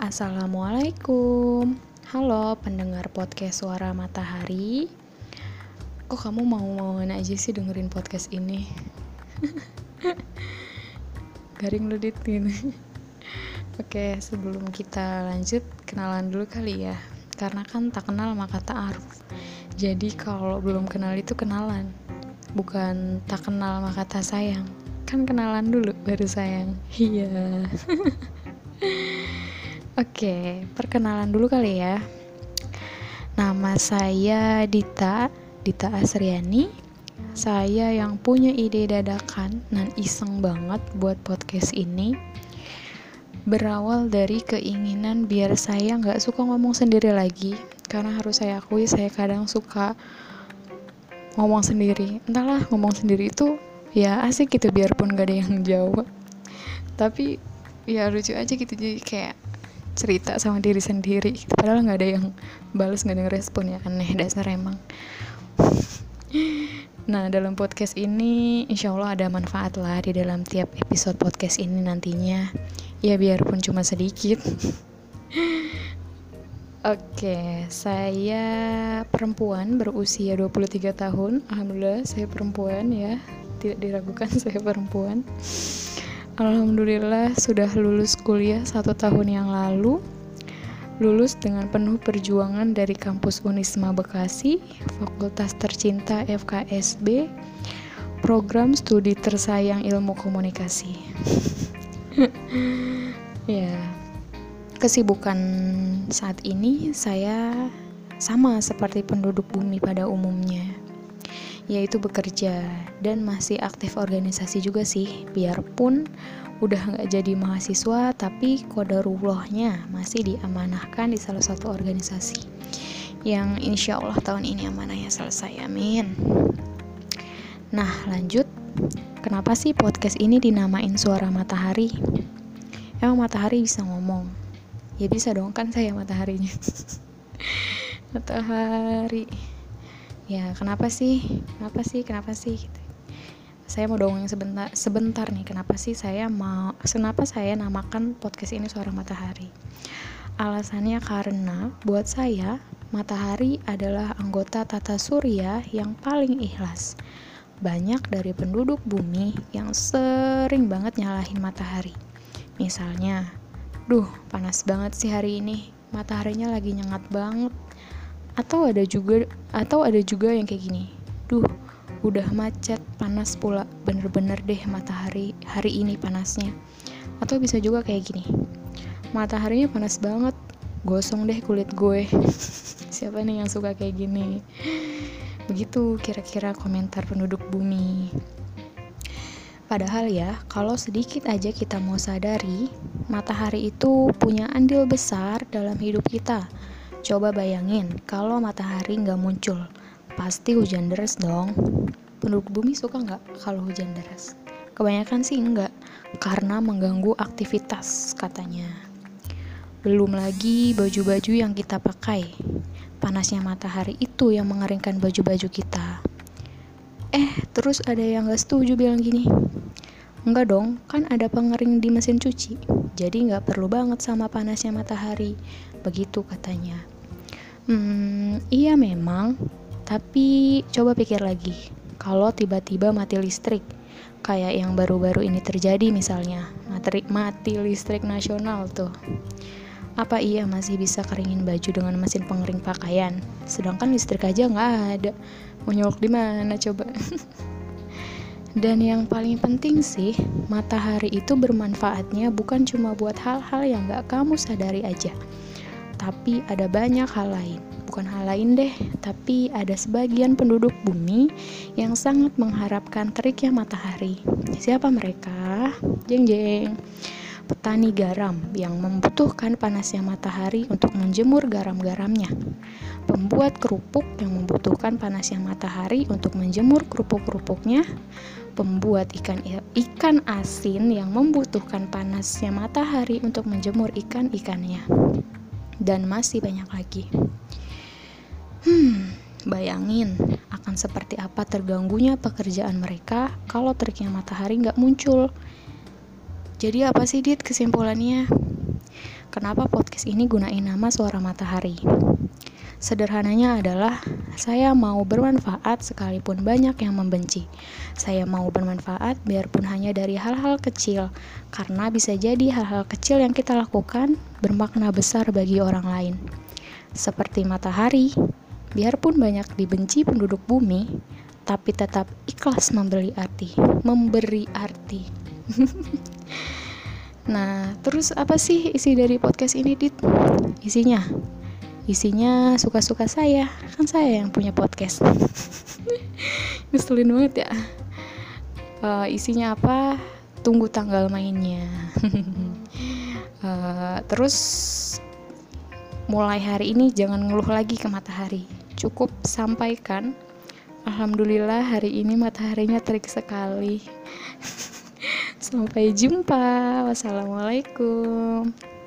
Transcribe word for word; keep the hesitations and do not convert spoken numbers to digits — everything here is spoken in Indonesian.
Assalamualaikum. Halo pendengar podcast Suara Matahari. Kok kamu mau-mauan aja sih dengerin podcast ini? Garing lu dit gini. Oke, sebelum kita lanjut, kenalan dulu kali ya. Karena kan tak kenal maka ta'aruf. Jadi kalau belum kenal itu kenalan. Bukan tak kenal maka tak sayang. Kan kenalan dulu baru sayang. Iya. Oke, perkenalan dulu kali ya. Nama saya Dita, Dita Asriani. Saya yang punya ide dadakan dan iseng banget buat podcast ini. Berawal dari keinginan biar saya gak suka ngomong sendiri lagi. Karena harus saya akui saya kadang suka ngomong sendiri. Entahlah, ngomong sendiri itu ya asik gitu biarpun gak ada yang jawab. Tapi ya lucu aja gitu, jadi kayak cerita sama diri sendiri gitu. Padahal gak ada yang balas, gak ada yang respon, ya aneh dasar emang. Nah, dalam podcast ini insya Allah ada manfaat lah di dalam tiap episode podcast ini nantinya. Ya biarpun cuma sedikit. Oke, saya perempuan berusia dua puluh tiga tahun. Alhamdulillah saya perempuan ya. Tidak diragukan saya perempuan. Alhamdulillah sudah lulus kuliah satu tahun yang lalu. Lulus dengan penuh perjuangan dari kampus Unisma Bekasi, Fakultas Tercinta F K S B, Program Studi Tersayang Ilmu Komunikasi. Ya, kesibukan saat ini saya sama seperti penduduk bumi pada umumnya, yaitu bekerja dan masih aktif organisasi juga sih, biarpun udah gak jadi mahasiswa, tapi qadarullahnya masih diamanahkan di salah satu organisasi yang insya Allah tahun ini amanahnya selesai, amin. Nah lanjut, kenapa sih podcast ini dinamain Suara Matahari? Emang matahari bisa ngomong? Ya bisa dong, kan saya mataharinya. Matahari. Ya kenapa sih? Kenapa sih? Kenapa sih? Gitu. Saya mau dongeng sebentar, sebentar nih. Kenapa sih saya mau? Kenapa saya namakan podcast ini Suara Matahari? Alasannya karena buat saya matahari adalah anggota tata surya yang paling ikhlas. Banyak dari penduduk bumi yang sering banget nyalahin matahari. Misalnya, duh panas banget sih hari ini. Mataharinya lagi nyengat banget. Atau ada juga atau ada juga yang kayak gini. Duh, udah macet, panas pula. Bener-bener deh matahari hari ini panasnya. Atau bisa juga kayak gini. Mataharinya panas banget. Gosong deh kulit gue. Siapa nih yang suka kayak gini? Begitu kira-kira komentar penduduk bumi. Padahal ya, kalau sedikit aja kita mau sadari, matahari itu punya andil besar dalam hidup kita. Coba bayangin, kalau matahari nggak muncul, pasti hujan deras dong. Penduduk bumi suka nggak kalau hujan deras? Kebanyakan sih enggak, karena mengganggu aktivitas katanya. Belum lagi baju-baju yang kita pakai. Panasnya matahari itu yang mengeringkan baju-baju kita. Eh, terus ada yang nggak setuju bilang gini, enggak dong, kan ada pengering di mesin cuci, jadi nggak perlu banget sama panasnya matahari. Begitu katanya. Hmm, iya memang, tapi coba pikir lagi, kalau tiba-tiba mati listrik, kayak yang baru-baru ini terjadi misalnya, mati, mati listrik nasional tuh. Apa iya masih bisa keringin baju dengan mesin pengering pakaian? Sedangkan listrik aja nggak ada, mau nyolok di mana coba? Dan yang paling penting sih, matahari itu bermanfaatnya bukan cuma buat hal-hal yang nggak kamu sadari aja. Tapi ada banyak hal lain, bukan hal lain deh, tapi ada sebagian penduduk bumi yang sangat mengharapkan teriknya matahari. Siapa mereka? Jeng jeng. Petani garam yang membutuhkan panasnya matahari untuk menjemur garam-garamnya. Pembuat kerupuk yang membutuhkan panasnya matahari untuk menjemur kerupuk-kerupuknya. Pembuat ikan ikan asin yang membutuhkan panasnya matahari untuk menjemur ikan-ikannya. Dan masih banyak lagi. Hmm, bayangin akan seperti apa terganggunya pekerjaan mereka kalau teriknya matahari nggak muncul. Jadi apa sih Dit kesimpulannya? kenapa podcast ini gunain nama Suara Matahari? Sederhananya adalah saya mau bermanfaat sekalipun banyak yang membenci. Saya mau bermanfaat biarpun hanya dari hal-hal kecil, karena bisa jadi hal-hal kecil yang kita lakukan bermakna besar bagi orang lain. Seperti matahari, biarpun banyak dibenci penduduk bumi, tapi tetap ikhlas memberi arti, memberi arti. Nah, terus apa sih isi dari podcast ini, Dit? Isinya Isinya suka-suka saya, kan saya yang punya podcast. Ngeselin banget ya. Uh, isinya apa? Tunggu tanggal mainnya. uh, terus mulai hari ini jangan ngeluh lagi ke matahari. Cukup sampaikan, alhamdulillah hari ini mataharinya terik sekali. Sampai jumpa. Wassalamualaikum.